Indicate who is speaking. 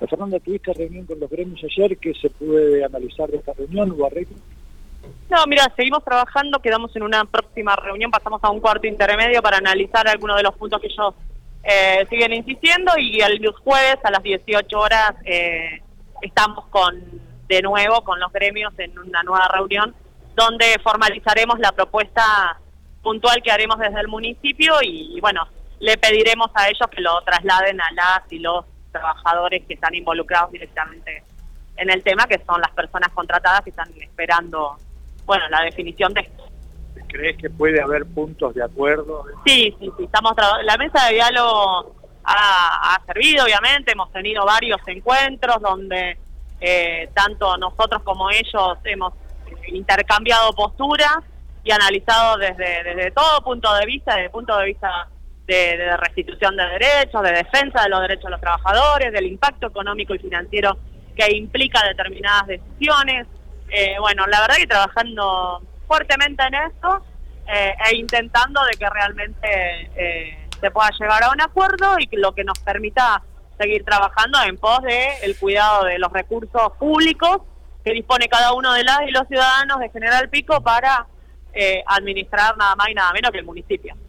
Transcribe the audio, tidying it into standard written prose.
Speaker 1: Fernanda, ¿tuviste reunión con los gremios ayer? ¿Qué se puede analizar de esta reunión? ¿Hubo arreglo?
Speaker 2: No, mira, seguimos trabajando, quedamos en una próxima reunión, pasamos a un cuarto intermedio para analizar algunos de los puntos que ellos siguen insistiendo, y el jueves a las 18 horas estamos de nuevo con los gremios en una nueva reunión donde formalizaremos la propuesta puntual que haremos desde el municipio y bueno, le pediremos a ellos que lo trasladen a las y los trabajadores que están involucrados directamente en el tema, que son las personas contratadas que están esperando, bueno, la definición de esto.
Speaker 1: ¿Crees que puede haber puntos de acuerdo?
Speaker 2: Sí, estamos la mesa de diálogo ha servido, obviamente, hemos tenido varios encuentros donde tanto nosotros como ellos hemos intercambiado posturas y analizado desde todo punto de vista, desde el punto de vista de restitución de derechos, de defensa de los derechos de los trabajadores, del impacto económico y financiero que implica determinadas decisiones. Bueno, la verdad que trabajando fuertemente en esto e intentando de que realmente se pueda llegar a un acuerdo y que lo que nos permita seguir trabajando en pos del cuidado de los recursos públicos que dispone cada uno de las y los ciudadanos de General Pico para administrar nada más y nada menos que el municipio.